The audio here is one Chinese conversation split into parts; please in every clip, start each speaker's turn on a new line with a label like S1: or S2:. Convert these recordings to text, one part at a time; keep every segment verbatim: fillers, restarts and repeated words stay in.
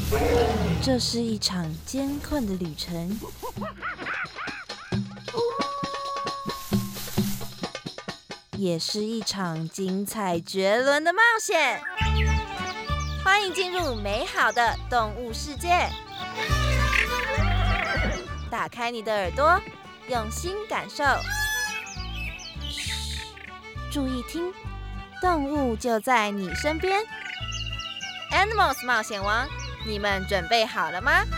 S1: 这是一场艰困的旅程，也是一场精彩绝伦的冒险。欢迎进入美好的动物世界，打开你的耳朵，用心感受。嘘，注意听，动物就在你身边。Animals 冒险王，你们准备好了吗？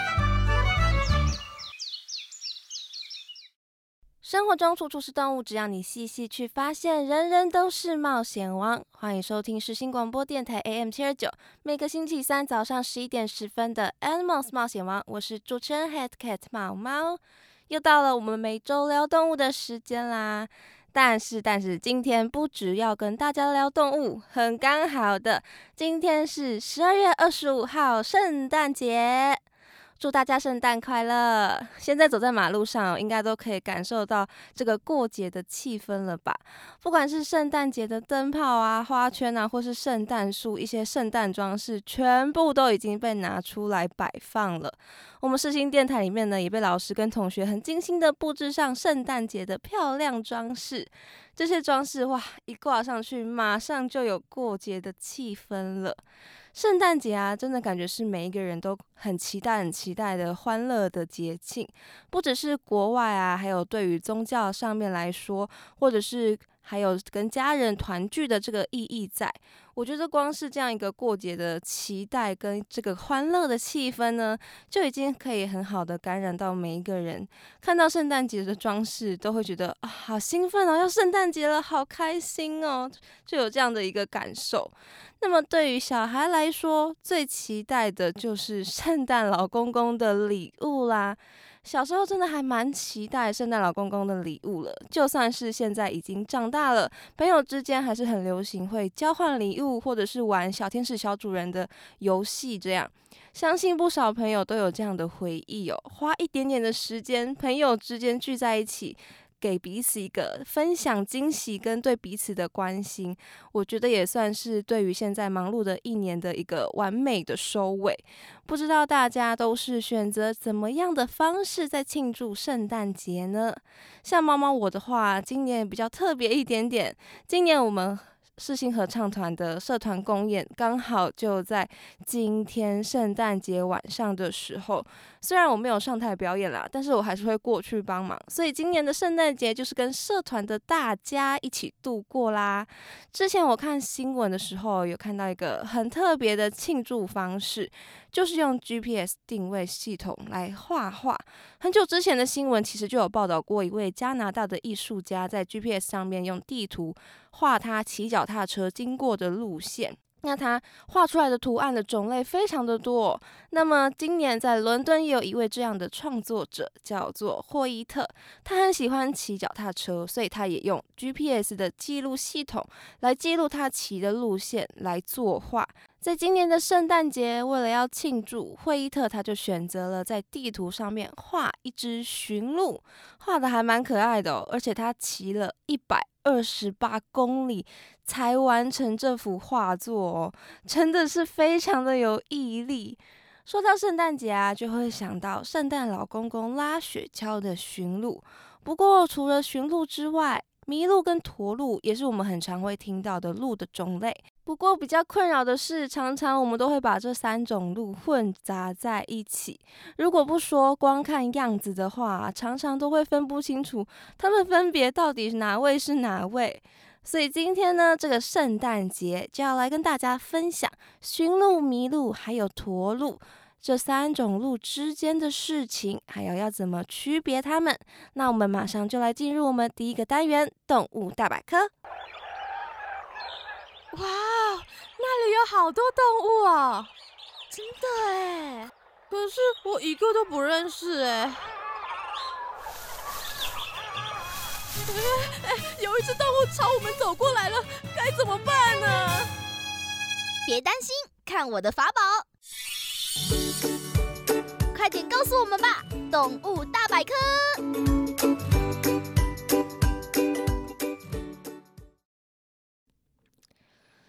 S1: 生活中处处是动物，只要你细细去发现，人人都是冒险王。欢迎收听世新广播电台 A M 七二九，每个星期三早上十一点十分的 Animals 冒险王，我是主持人 Head Cat 毛毛。又到了我们每周聊动物的时间啦。但是，但是今天不只要跟大家聊动物，很刚好的，今天是十二月二十五号，圣诞节。祝大家圣诞快乐！现在走在马路上，应该都可以感受到这个过节的气氛了吧？不管是圣诞节的灯泡啊、花圈啊，或是圣诞树、一些圣诞装饰，全部都已经被拿出来摆放了。我们世新电台里面呢，也被老师跟同学很精心的布置上圣诞节的漂亮装饰。这些装饰哇，一挂上去，马上就有过节的气氛了。圣诞节啊，真的感觉是每一个人都很期待、很期待的欢乐的节庆。不只是国外啊，还有对于宗教上面来说，或者是还有跟家人团聚的这个意义在。我觉得光是这样一个过节的期待跟这个欢乐的气氛呢，就已经可以很好的感染到每一个人。看到圣诞节的装饰，都会觉得啊，好兴奋哦，要圣诞节了，好开心哦，就有这样的一个感受。那么对于小孩来说，最期待的就是圣诞老公公的礼物啦。小时候真的还蛮期待圣诞老公公的礼物了，就算是现在已经长大了，朋友之间还是很流行会交换礼物，或者是玩小天使小主人的游戏这样。相信不少朋友都有这样的回忆哦，花一点点的时间，朋友之间聚在一起，给彼此一个分享惊喜跟对彼此的关心，我觉得也算是对于现在忙碌的一年的一个完美的收尾。不知道大家都是选择怎么样的方式在庆祝圣诞节呢？像猫猫我的话，今年比较特别一点点，今年我们世新合唱团的社团公演刚好就在今天圣诞节晚上的时候，虽然我没有上台表演啦，但是我还是会过去帮忙，所以今年的圣诞节就是跟社团的大家一起度过啦。之前我看新闻的时候有看到一个很特别的庆祝方式，就是用 G P S 定位系统来画画。很久之前的新闻其实就有报道过一位加拿大的艺术家在 G P S 上面用地图画他骑脚踏车经过的路线，那他画出来的图案的种类非常的多。那么今年在伦敦也有一位这样的创作者，叫做霍伊特，他很喜欢骑脚踏车，所以他也用 G P S 的记录系统来记录他骑的路线来作画。在今年的圣诞节，为了要庆祝，惠伊特他就选择了在地图上面画一只驯鹿，画的还蛮可爱的哦，而且他骑了一百二十八公里才完成这幅画作哦，真的是非常的有毅力。说到圣诞节啊，就会想到圣诞老公公拉雪橇的驯鹿。不过除了驯鹿之外，麋鹿跟驼鹿也是我们很常会听到的鹿的种类。不过比较困扰的是，常常我们都会把这三种鹿混杂在一起。如果不说，光看样子的话，常常都会分不清楚它们分别到底哪位是哪位。所以今天呢，这个圣诞节就要来跟大家分享驯鹿、麋鹿还有驼鹿这三种鹿之间的事情，还有要怎么区别它们。那我们马上就来进入我们第一个单元——动物大百科。
S2: 哇，那里有好多动物哦，真的耶！可是我一个都不认识哎。哎哎，有一只动物朝我们走过来了，该怎么办呢？
S3: 别担心，看我的法宝！快点告诉我们吧，动物大百科。
S1: 今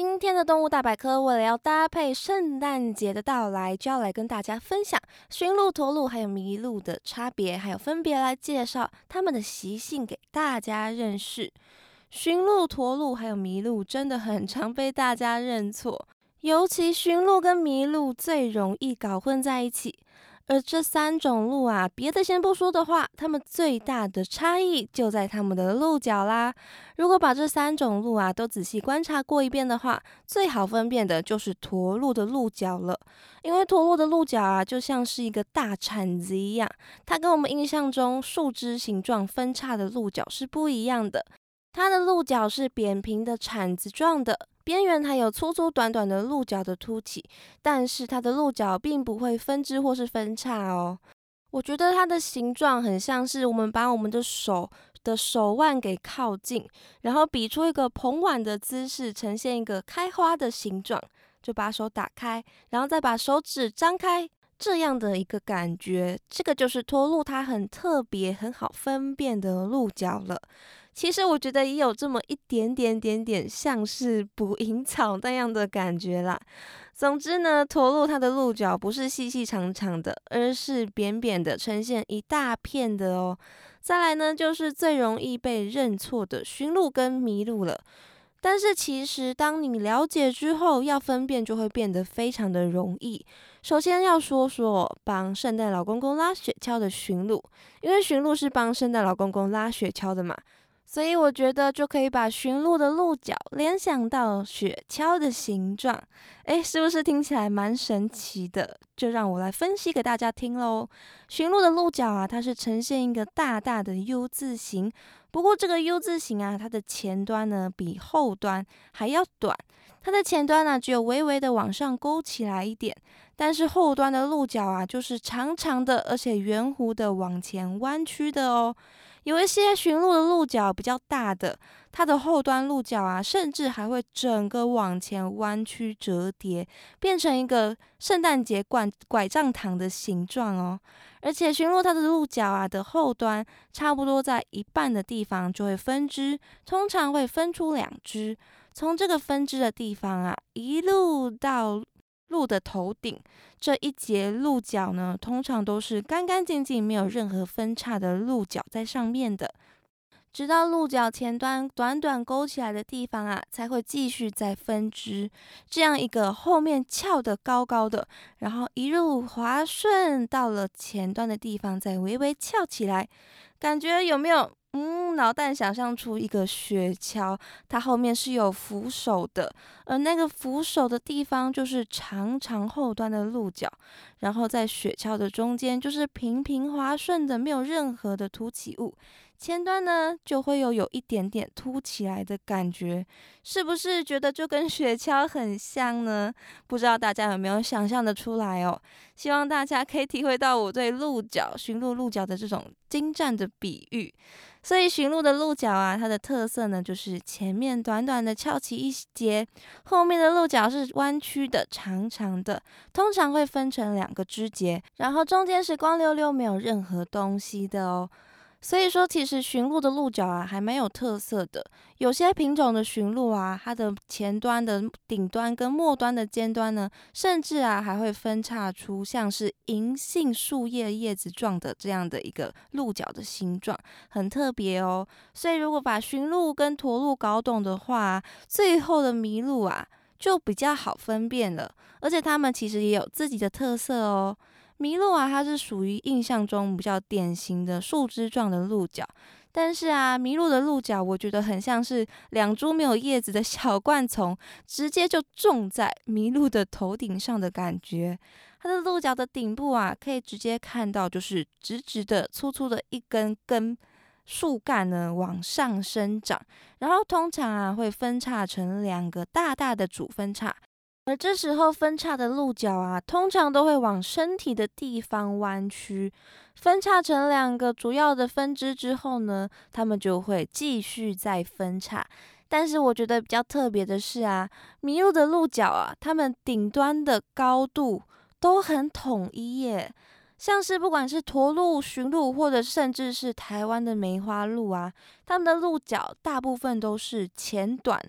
S1: 今天的动物大百科，为了要搭配圣诞节的到来，就要来跟大家分享驯鹿、驼鹿还有麋鹿的差别，还有分别来介绍它们的习性给大家认识。驯鹿、驼鹿还有麋鹿真的很常被大家认错，尤其驯鹿跟麋鹿最容易搞混在一起。而这三种鹿啊，别的先不说的话，它们最大的差异就在它们的鹿角啦。如果把这三种鹿啊都仔细观察过一遍的话，最好分辨的就是驼鹿的鹿角了。因为驼鹿的鹿角啊，就像是一个大铲子一样，它跟我们印象中树枝形状分叉的鹿角是不一样的。它的鹿角是扁平的铲子状的，边缘还有粗粗短短的鹿角的凸起，但是它的鹿角并不会分支或是分叉哦。我觉得它的形状很像是我们把我们的手的手腕给靠近，然后比出一个捧碗的姿势，呈现一个开花的形状，就把手打开，然后再把手指张开，这样的一个感觉。这个就是驼鹿它很特别很好分辨的鹿角了。其实我觉得也有这么一点点点点像是捕蝇草那样的感觉啦。总之呢，驼鹿它的鹿角不是细细长长的，而是扁扁的，呈现一大片的哦。再来呢，就是最容易被认错的驯鹿跟麋鹿了。但是其实当你了解之后，要分辨就会变得非常的容易。首先要说说帮圣诞老公公拉雪橇的驯鹿，因为驯鹿是帮圣诞老公公拉雪橇的嘛。所以我觉得就可以把驯鹿的鹿角联想到雪橇的形状，诶，是不是听起来蛮神奇的？就让我来分析给大家听咯。驯鹿的鹿角啊，它是呈现一个大大的 U 字形，不过这个 U 字形啊，它的前端呢比后端还要短，它的前端呢只有微微的往上勾起来一点，但是后端的鹿角啊就是长长的，而且圆弧的往前弯曲的哦。有一些驯鹿的鹿角比较大的，它的后端鹿角啊，甚至还会整个往前弯曲折叠，变成一个圣诞节拐拐杖糖的形状哦。而且驯鹿它的鹿角啊的后端，差不多在一半的地方就会分支，通常会分出两支。从这个分支的地方啊，一路到鹿的头顶，这一节鹿角呢，通常都是干干净净，没有任何分叉的鹿角在上面的。直到鹿角前端短短勾起来的地方啊，才会继续再分支，这样一个后面翘得高高的，然后一路滑顺到了前端的地方，再微微翘起来，感觉有没有？嗯，脑袋想象出一个雪橇，它后面是有扶手的，而那个扶手的地方就是长长后端的鹿角，然后在雪橇的中间就是平平滑顺的，没有任何的凸起物。前端呢就会有有一点点凸起来的感觉，是不是觉得就跟雪橇很像呢？不知道大家有没有想象得出来哦？希望大家可以体会到我对鹿角、驯鹿鹿角的这种精湛的比喻。所以驯鹿的鹿角啊，它的特色呢，就是前面短短的翘起一截，后面的鹿角是弯曲的、长长的，通常会分成两个枝节，然后中间是光溜溜，没有任何东西的哦。所以说，其实驯鹿的鹿角啊，还蛮有特色的。有些品种的驯鹿啊，它的前端的顶端跟末端的尖端呢，甚至啊还会分叉出像是银杏树叶叶子状的这样的一个鹿角的形状，很特别哦。所以如果把驯鹿跟驼鹿搞懂的话，最后的麋鹿啊就比较好分辨了。而且它们其实也有自己的特色哦。麋鹿啊，它是属于印象中比较典型的树枝状的鹿角，但是啊，麋鹿的鹿角我觉得很像是两株没有叶子的小灌丛，直接就种在麋鹿的头顶上的感觉。它的鹿角的顶部啊，可以直接看到就是直直的、粗粗的一根根树干呢往上生长，然后通常啊会分叉成两个大大的主分叉。而这时候分叉的鹿角啊，通常都会往身体的地方弯曲。分叉成两个主要的分支之后呢，它们就会继续再分叉。但是我觉得比较特别的是啊，麋鹿的鹿角啊，它们顶端的高度都很统一耶。像是不管是驼鹿、驯鹿，或者甚至是台湾的梅花鹿啊，它们的鹿角大部分都是前短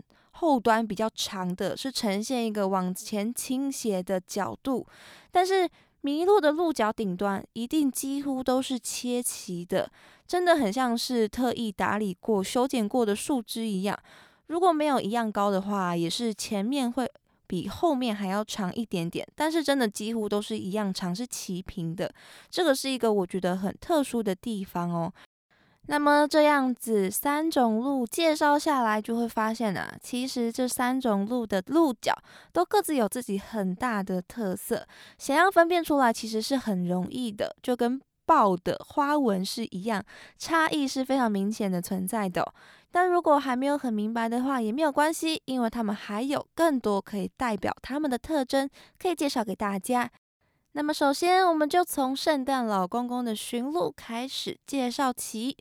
S1: 后端比较长的，是呈现一个往前倾斜的角度，但是麋鹿的鹿角顶端一定几乎都是切齐的，真的很像是特意打理过、修剪过的树枝一样。如果没有一样高的话，也是前面会比后面还要长一点点，但是真的几乎都是一样长，是齐平的。这个是一个我觉得很特殊的地方哦。那么这样子三种鹿介绍下来，就会发现啊，其实这三种鹿的鹿角都各自有自己很大的特色，想要分辨出来其实是很容易的，就跟豹的花纹是一样，差异是非常明显的存在的哦。但如果还没有很明白的话，也没有关系，因为他们还有更多可以代表他们的特征，可以介绍给大家。那么首先，我们就从圣诞老公公的驯鹿开始介绍起。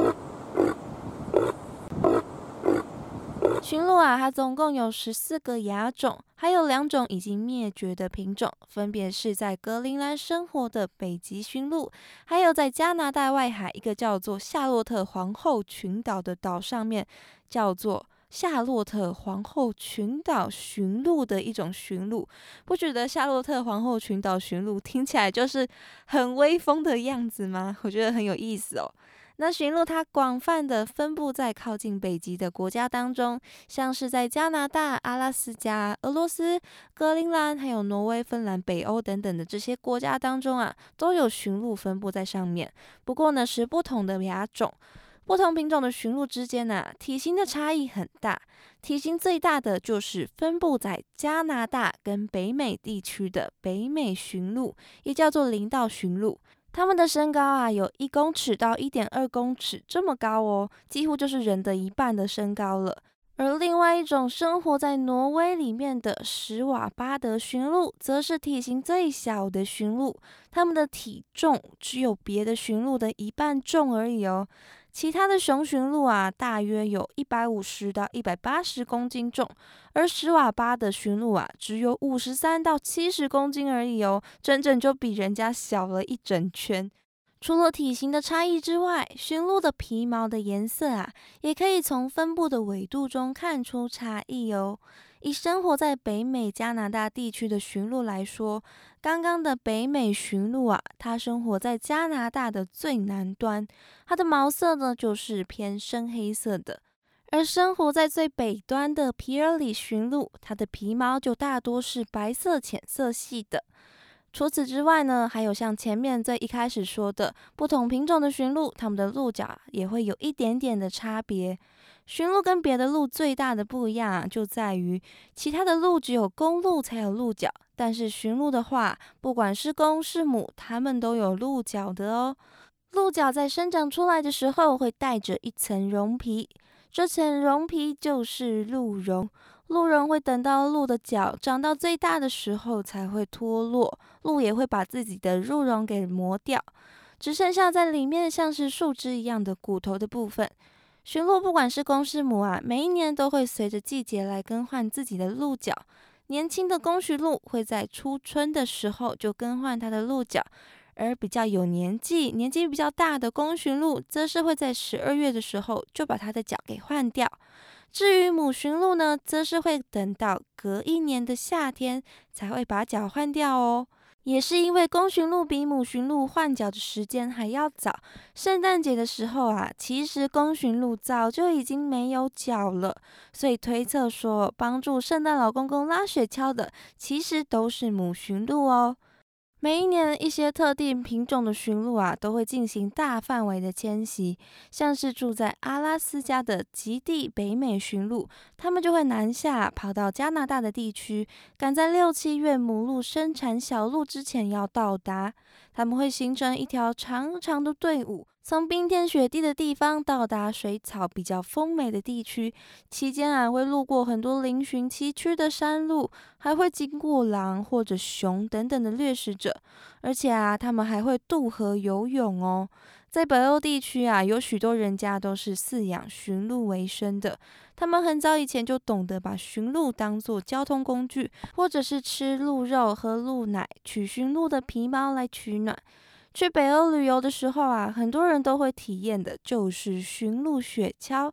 S1: 驯鹿啊，它总共有十四个亚种，还有两种已经灭绝的品种，分别是在格陵兰生活的北极驯鹿，还有在加拿大外海一个叫做夏洛特皇后群岛的岛上面，叫做夏洛特皇后群岛驯鹿的一种驯鹿。不觉得夏洛特皇后群岛驯鹿听起来就是很威风的样子吗？我觉得很有意思哦。那驯鹿它广泛的分布在靠近北极的国家当中，像是在加拿大、阿拉斯加、俄罗斯、格陵兰，还有挪威、芬兰、北欧等等的这些国家当中啊，都有驯鹿分布在上面。不过呢，是不同的亚种。不同品种的驯鹿之间啊，体型的差异很大。体型最大的就是分布在加拿大跟北美地区的北美驯鹿，也叫做林道驯鹿。它们的身高啊，有一公尺到一点二公尺这么高哦，几乎就是人的一半的身高了。而另外一种生活在挪威里面的史瓦巴德驯鹿，则是体型最小的驯鹿，它们的体重只有别的驯鹿的一半重而已哦。其他的雄驯鹿啊，大约有一百五十到一百八十公斤重，而史瓦巴的驯鹿啊，只有五十三到七十公斤而已哦，整整就比人家小了一整圈。除了体型的差异之外，驯鹿的皮毛的颜色啊，也可以从分布的纬度中看出差异哦。以生活在北美加拿大地区的驯鹿来说，刚刚的北美驯鹿啊，它生活在加拿大的最南端，它的毛色呢就是偏深黑色的。而生活在最北端的皮尔里驯鹿，它的皮毛就大多是白色浅色系的。除此之外呢，还有像前面最一开始说的，不同品种的驯鹿，它们的鹿角也会有一点点的差别。驯鹿跟别的鹿最大的不一样啊，就在于其他的鹿只有公鹿才有鹿角，但是驯鹿的话，不管是公是母，它们都有鹿角的哦。鹿角在生长出来的时候会带着一层绒皮，这层绒皮就是鹿茸。鹿茸会等到鹿的角长到最大的时候才会脱落，鹿也会把自己的鹿茸给磨掉，只剩下在里面像是树枝一样的骨头的部分。驯鹿不管是公是母啊，每一年都会随着季节来更换自己的鹿角。年轻的公驯鹿会在初春的时候就更换它的鹿角，而比较有年纪、年纪比较大的公驯鹿，则是会在十二月的时候就把它的角给换掉。至于母驯鹿呢，则是会等到隔一年的夏天才会把角换掉哦。也是因为公驯鹿比母驯鹿换角的时间还要早，圣诞节的时候啊，其实公驯鹿早就已经没有角了，所以推测说帮助圣诞老公公拉雪橇的，其实都是母驯鹿哦。每一年，一些特定品种的驯鹿啊，都会进行大范围的迁徙。像是住在阿拉斯加的极地北美驯鹿，它们就会南下跑到加拿大的地区，赶在六七月母鹿生产小鹿之前要到达。它们会形成一条长长的队伍，从冰天雪地的地方到达水草比较丰美的地区，期间啊会路过很多嶙峋崎岖的山路，还会经过狼或者熊等等的掠食者，而且啊他们还会渡河游泳哦。在北欧地区啊，有许多人家都是饲养驯鹿为生的，他们很早以前就懂得把驯鹿当作交通工具，或者是吃鹿肉、喝鹿奶，取驯鹿的皮毛来取暖。去北欧旅游的时候啊，很多人都会体验的就是驯鹿雪橇。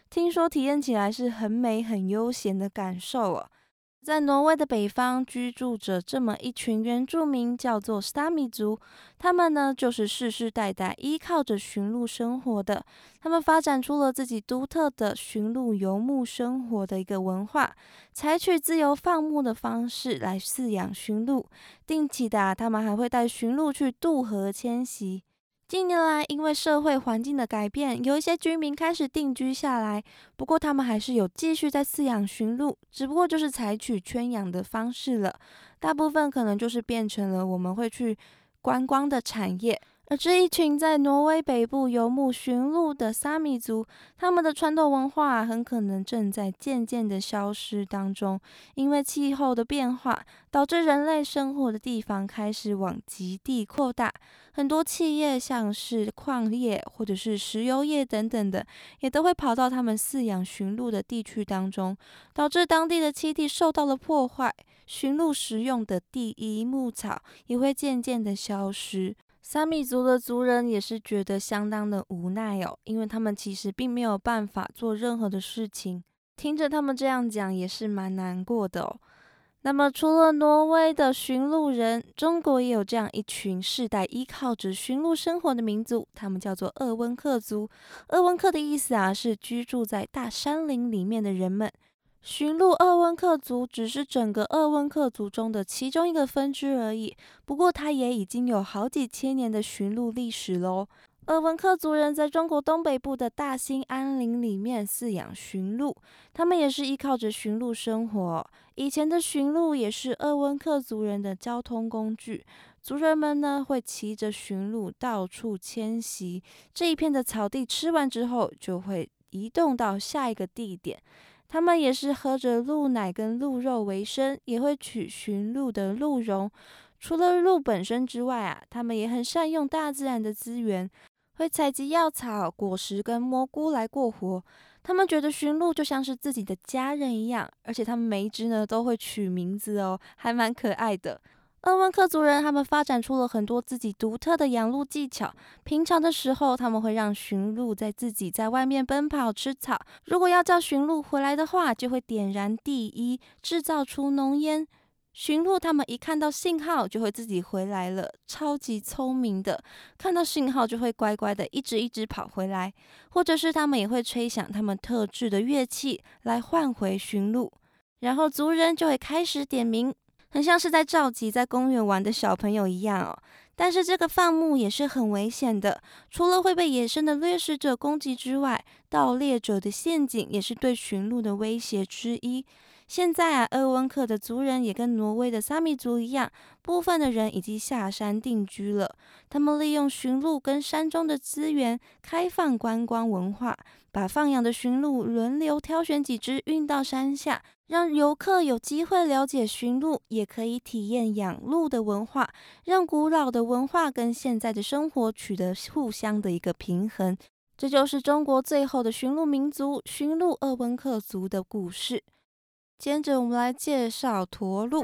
S1: 听说体验起来是很美很悠闲的感受哦。在挪威的北方居住着这么一群原住民，叫做萨米族。他们呢，就是世世代代依靠着驯鹿生活的。他们发展出了自己独特的驯鹿游牧生活的一个文化，采取自由放牧的方式来饲养驯鹿。定期的啊，他们还会带驯鹿去渡河迁徙。近年来，因为社会环境的改变，有一些居民开始定居下来。不过，他们还是有继续在饲养驯鹿，只不过就是采取圈养的方式了。大部分可能就是变成了我们会去观光的产业。而这一群在挪威北部游牧驯鹿的萨米族，他们的传统文化很可能正在渐渐的消失当中，因为气候的变化，导致人类生活的地方开始往极地扩大。很多企业像是矿业或者是石油业等等的，也都会跑到他们饲养驯鹿的地区当中，导致当地的栖地受到了破坏，驯鹿食用的第一牧草也会渐渐的消失。萨米族的族人也是觉得相当的无奈哦，因为他们其实并没有办法做任何的事情。听着他们这样讲，也是蛮难过的哦。那么除了挪威的驯鹿人，中国也有这样一群世代依靠着驯鹿生活的民族，他们叫做鄂温克族。鄂温克的意思啊，是居住在大山林里面的人们。驯鹿鄂温克族只是整个鄂温克族中的其中一个分支而已，不过它也已经有好几千年的驯鹿历史咯。鄂温克族人在中国东北部的大兴安岭里面饲养驯鹿，他们也是依靠着驯鹿生活。以前的驯鹿也是鄂温克族人的交通工具，族人们呢会骑着驯鹿到处迁徙，这一片的草地吃完之后，就会移动到下一个地点。他们也是喝着鹿奶跟鹿肉为生，也会取驯鹿的鹿茸。除了鹿本身之外啊，他们也很善用大自然的资源，会采集药草、果实跟蘑菇来过活。他们觉得驯鹿就像是自己的家人一样，而且他们每一只呢都会取名字哦，还蛮可爱的。鄂温克族人他们发展出了很多自己独特的养鹿技巧。平常的时候，他们会让驯鹿在自己在外面奔跑吃草。如果要叫驯鹿回来的话，就会点燃地衣，制造出浓烟。驯鹿他们一看到信号就会自己回来了，超级聪明的，看到信号就会乖乖的一直一直跑回来。或者是他们也会吹响他们特制的乐器来唤回驯鹿，然后族人就会开始点名，很像是在召集在公园玩的小朋友一样哦。但是这个放牧也是很危险的，除了会被野生的掠食者攻击之外，盗猎者的陷阱也是对驯鹿的威胁之一。现在啊，鄂温克的族人也跟挪威的萨米族一样，部分的人已经下山定居了。他们利用驯鹿跟山中的资源，开放观光文化，把放养的驯鹿轮流挑选几只运到山下，让游客有机会了解驯鹿，也可以体验养鹿的文化，让古老的文化跟现在的生活取得互相的一个平衡。这就是中国最后的驯鹿民族——驯鹿鄂温克族的故事。接着我们来介绍驼鹿，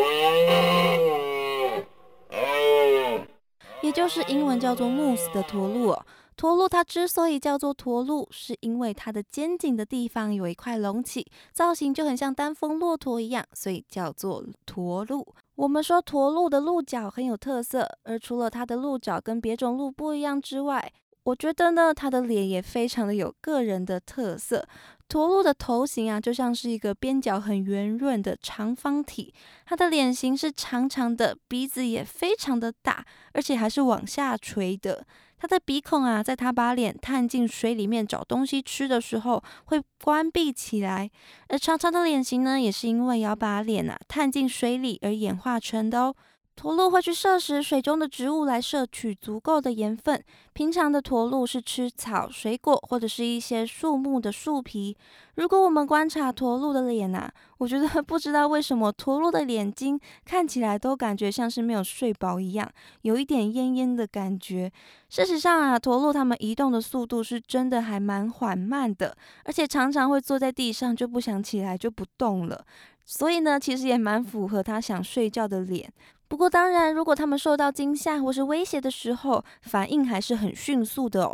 S1: 也就是英文叫做 moose 的驼鹿哦。驼鹿它之所以叫做驼鹿，是因为它的肩颈的地方有一块隆起，造型就很像单峰骆驼一样，所以叫做驼鹿。我们说驼鹿的鹿角很有特色，而除了它的鹿角跟别种鹿不一样之外，我觉得呢，它的脸也非常的有个人的特色。驼鹿的头型啊，就像是一个边角很圆润的长方体，它的脸型是长长的，鼻子也非常的大，而且还是往下垂的。它的鼻孔啊，在它把脸探进水里面找东西吃的时候，会关闭起来。而长长的脸型呢，也是因为要把脸啊探进水里而演化成的哦。驼鹿会去摄食水中的植物来摄取足够的盐分。平常的驼鹿是吃草、水果或者是一些树木的树皮。如果我们观察驼鹿的脸啊，我觉得不知道为什么驼鹿的眼睛看起来都感觉像是没有睡饱一样，有一点恹恹的感觉。事实上啊，驼鹿它们移动的速度是真的还蛮缓慢的，而且常常会坐在地上就不想起来就不动了。所以呢，其实也蛮符合它想睡觉的脸。不过当然，如果他们受到惊吓或是威胁的时候，反应还是很迅速的哦。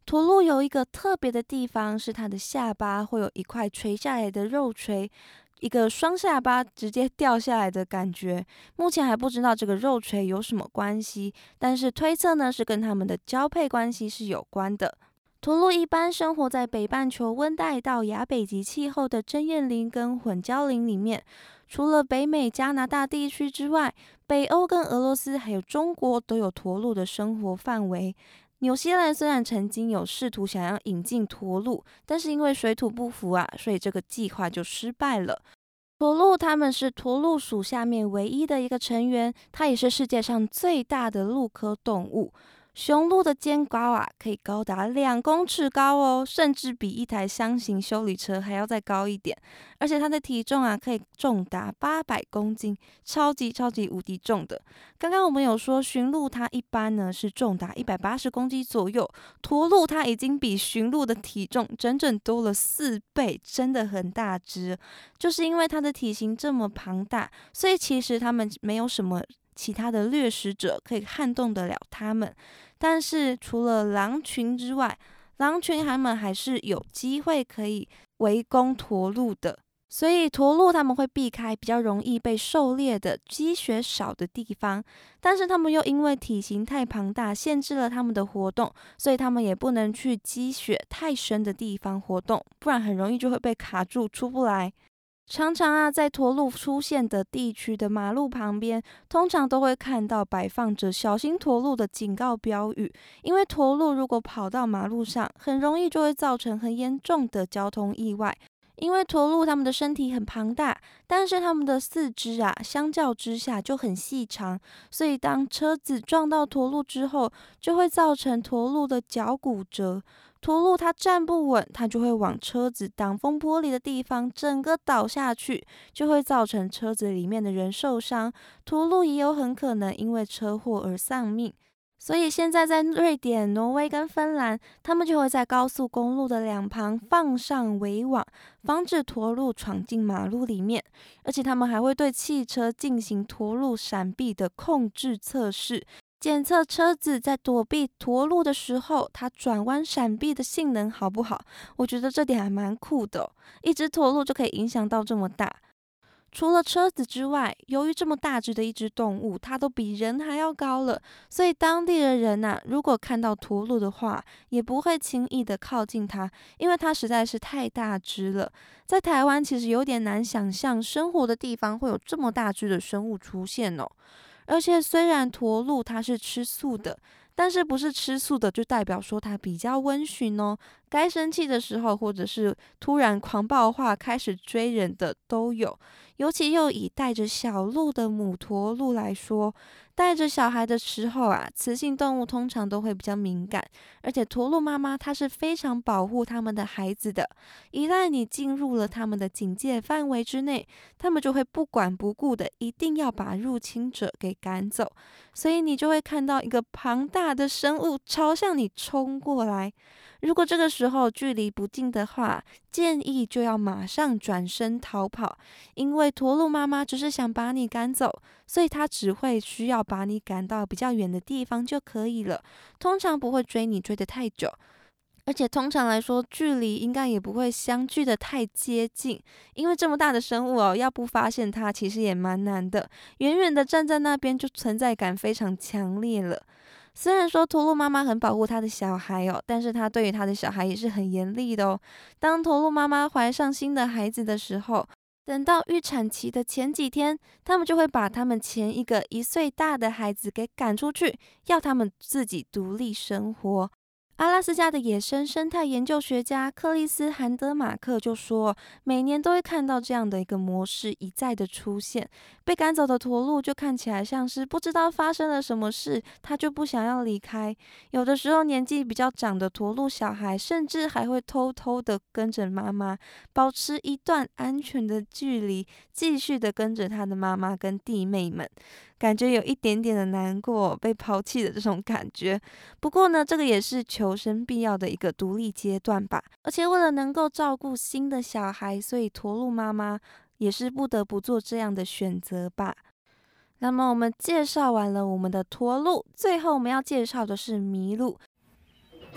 S1: 驼鹿有一个特别的地方，是它的下巴会有一块垂下来的肉垂，一个双下巴直接掉下来的感觉。目前还不知道这个肉垂有什么关系，但是推测呢是跟它们的交配关系是有关的。驼鹿一般生活在北半球温带到亚北极气候的针叶林跟混交林里面。除了北美、加拿大地区之外，北欧跟俄罗斯还有中国都有驼鹿的生活范围。纽西兰虽然曾经有试图想要引进驼鹿，但是因为水土不服啊，所以这个计划就失败了。驼鹿它们是驼鹿属下面唯一的一个成员，它也是世界上最大的鹿科动物。雄鹿的肩高啊，可以高达两公尺高哦，甚至比一台箱型修理车还要再高一点。而且它的体重啊，可以重达八百公斤，超级超级无敌重的。刚刚我们有说，驯鹿它一般呢是重达一百八十公斤左右，驼鹿它已经比驯鹿的体重整整多了四倍，真的很大只。就是因为它的体型这么庞大，所以其实它们没有什么其他的掠食者可以撼动得了它们。但是除了狼群之外，狼群它们还是有机会可以围攻驼鹿的，所以驼鹿它们会避开比较容易被狩猎的积雪少的地方，但是它们又因为体型太庞大，限制了它们的活动，所以它们也不能去积雪太深的地方活动，不然很容易就会被卡住出不来。常常啊，在驼鹿出现的地区的马路旁边，通常都会看到摆放着小心驼鹿的警告标语。因为驼鹿如果跑到马路上，很容易就会造成很严重的交通意外。因为驼鹿它们的身体很庞大，但是它们的四肢啊，相较之下就很细长，所以当车子撞到驼鹿之后，就会造成驼鹿的脚骨折。驼鹿它站不稳，它就会往车子挡风玻璃的地方整个倒下去，就会造成车子里面的人受伤。驼鹿也有很可能因为车祸而丧命。所以现在在瑞典、挪威跟芬兰，他们就会在高速公路的两旁放上围网，防止驼鹿闯进马路里面。而且他们还会对汽车进行驼鹿闪避的控制测试，检测车子在躲避驼鹿的时候，它转弯闪避的性能好不好。我觉得这点还蛮酷的哦，一只驼鹿就可以影响到这么大。除了车子之外，由于这么大只的一只动物，它都比人还要高了，所以当地的人啊，如果看到驼鹿的话，也不会轻易的靠近它，因为它实在是太大只了。在台湾其实有点难想象，生活的地方会有这么大只的生物出现哦。而且虽然驼鹿它是吃素的，但是不是吃素的就代表说它比较温驯哦。该生气的时候，或者是突然狂暴化开始追人的都有。尤其又以带着小鹿的母驼鹿来说，带着小孩的时候啊，雌性动物通常都会比较敏感，而且驼鹿妈妈它是非常保护他们的孩子的。一旦你进入了他们的警戒范围之内，他们就会不管不顾的，一定要把入侵者给赶走。所以你就会看到一个庞大的生物朝向你冲过来。如果这个时候距离不近的话，建议就要马上转身逃跑，因为驼鹿妈妈只是想把你赶走，所以它只会需要把你赶到比较远的地方就可以了，通常不会追你追得太久。而且通常来说，距离应该也不会相距的太接近，因为这么大的生物哦，要不发现它其实也蛮难的，远远的站在那边就存在感非常强烈了。虽然说驼鹿妈妈很保护她的小孩哦，但是她对于她的小孩也是很严厉的哦。当驼鹿妈妈怀上新的孩子的时候，等到预产期的前几天，他们就会把他们前一个一岁大的孩子给赶出去，要他们自己独立生活。阿拉斯加的野生生态研究学家克里斯·韩德马克就说，每年都会看到这样的一个模式一再的出现。被赶走的驼鹿就看起来像是不知道发生了什么事，他就不想要离开。有的时候年纪比较长的驼鹿小孩，甚至还会偷偷的跟着妈妈，保持一段安全的距离，继续的跟着他的妈妈跟弟妹们。感觉有一点点的难过，被抛弃的这种感觉。不过呢，这个也是求生必要的一个独立阶段吧。而且为了能够照顾新的小孩，所以驼鹿妈妈也是不得不做这样的选择吧。那么我们介绍完了我们的驼鹿，最后我们要介绍的是麋鹿。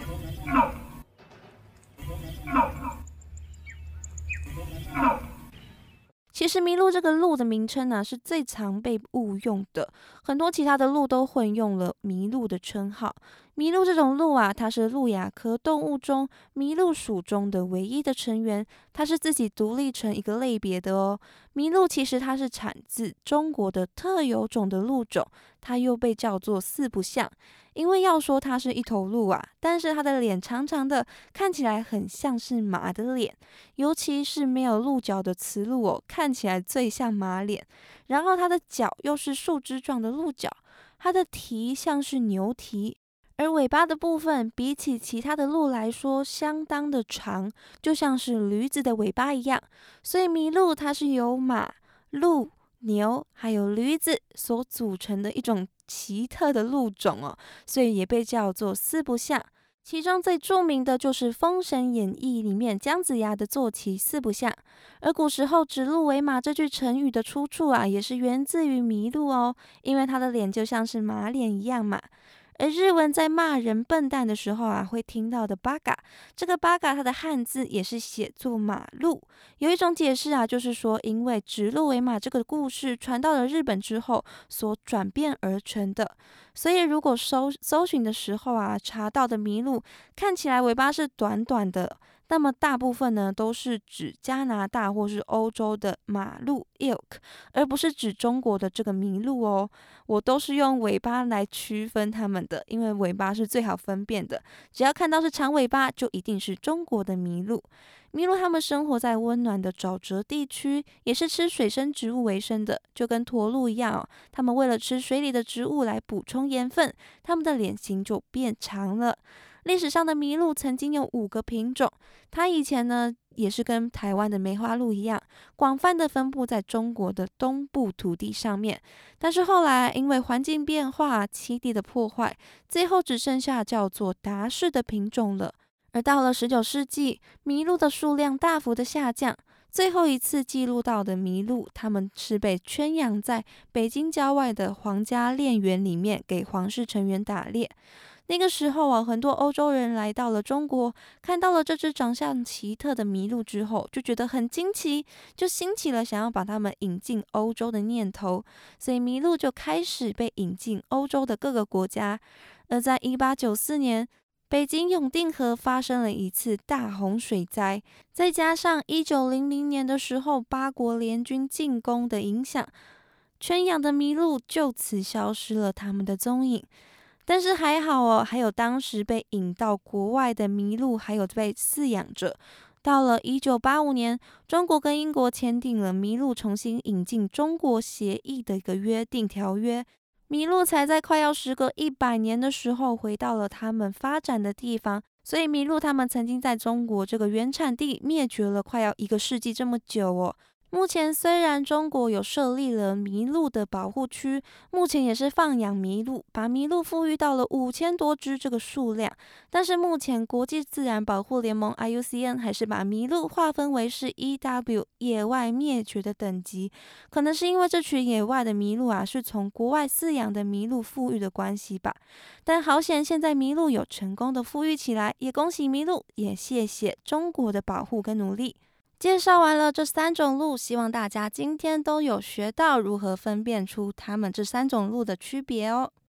S1: 其实麋鹿这个鹿的名称呢、啊，是最常被误用的，很多其他的鹿都混用了麋鹿的称号。麋鹿这种鹿啊，它是鹿亚科动物中麋鹿属中的唯一的成员，它是自己独立成一个类别的哦。麋鹿其实它是产自中国的特有种的鹿种，它又被叫做四不像，因为要说它是一头鹿啊，但是它的脸长长的，看起来很像是马的脸，尤其是没有鹿角的雌鹿哦，看起来最像马脸。然后它的脚又是树枝状的鹿角，它的蹄像是牛蹄。而尾巴的部分比起其他的鹿来说相当的长，就像是驴子的尾巴一样，所以麋鹿它是由马、鹿、牛还有驴子所组成的一种奇特的鹿种哦，所以也被叫做四不像。其中最著名的就是《封神演义》里面姜子牙的坐骑四不像，而古时候指鹿为马这句成语的出处啊，也是源自于麋鹿哦，因为它的脸就像是马脸一样嘛。而日文在骂人笨蛋的时候啊，会听到的八嘎，这个八嘎它的汉字也是写作马鹿。有一种解释啊，就是说因为指鹿为马这个故事传到了日本之后所转变而成的，所以如果搜搜寻的时候啊，查到的麋鹿看起来尾巴是短短的，那么大部分呢都是指加拿大或是欧洲的马鹿 elk， 而不是指中国的这个麋鹿哦。我都是用尾巴来区分它们的，因为尾巴是最好分辨的，只要看到是长尾巴就一定是中国的麋鹿。麋鹿它们生活在温暖的沼泽地区，也是吃水生植物为生的，就跟驼鹿一样哦，它们为了吃水里的植物来补充盐分，它们的脸型就变长了。历史上的麋鹿曾经有五个品种，它以前呢也是跟台湾的梅花鹿一样，广泛的分布在中国的东部土地上面。但是后来因为环境变化、栖地的破坏，最后只剩下叫做达氏的品种了。而到了十九世纪，麋鹿的数量大幅的下降，最后一次记录到的麋鹿，它们是被圈养在北京郊外的皇家猎园里面，给皇室成员打猎。那个时候啊，很多欧洲人来到了中国，看到了这只长相奇特的麋鹿之后，就觉得很惊奇，就兴起了想要把它们引进欧洲的念头，所以麋鹿就开始被引进欧洲的各个国家。而在一八九四年，北京永定河发生了一次大洪水灾，再加上一九零零年的时候八国联军进攻的影响，圈养的麋鹿就此消失了它们的踪影。但是还好哦，还有当时被引到国外的麋鹿还有被饲养着。到了一九八五年，中国跟英国签订了麋鹿重新引进中国协议的一个约定条约，麋鹿才在快要时隔一百年的时候回到了他们发展的地方。所以麋鹿他们曾经在中国这个原产地灭绝了快要一个世纪这么久哦。目前虽然中国有设立了麋鹿的保护区，目前也是放养麋鹿，把麋鹿富裕到了五千多只这个数量，但是目前国际自然保护联盟 I U C N 还是把麋鹿划分为是 E W 野外灭绝的等级，可能是因为这群野外的麋鹿啊是从国外饲养的麋鹿富裕的关系吧。但好险现在麋鹿有成功的富裕起来，也恭喜麋鹿，也谢谢中国的保护跟努力。介绍完了这三种鹿，希望大家今天都有学到如何分辨出它们这三种鹿的区别哦。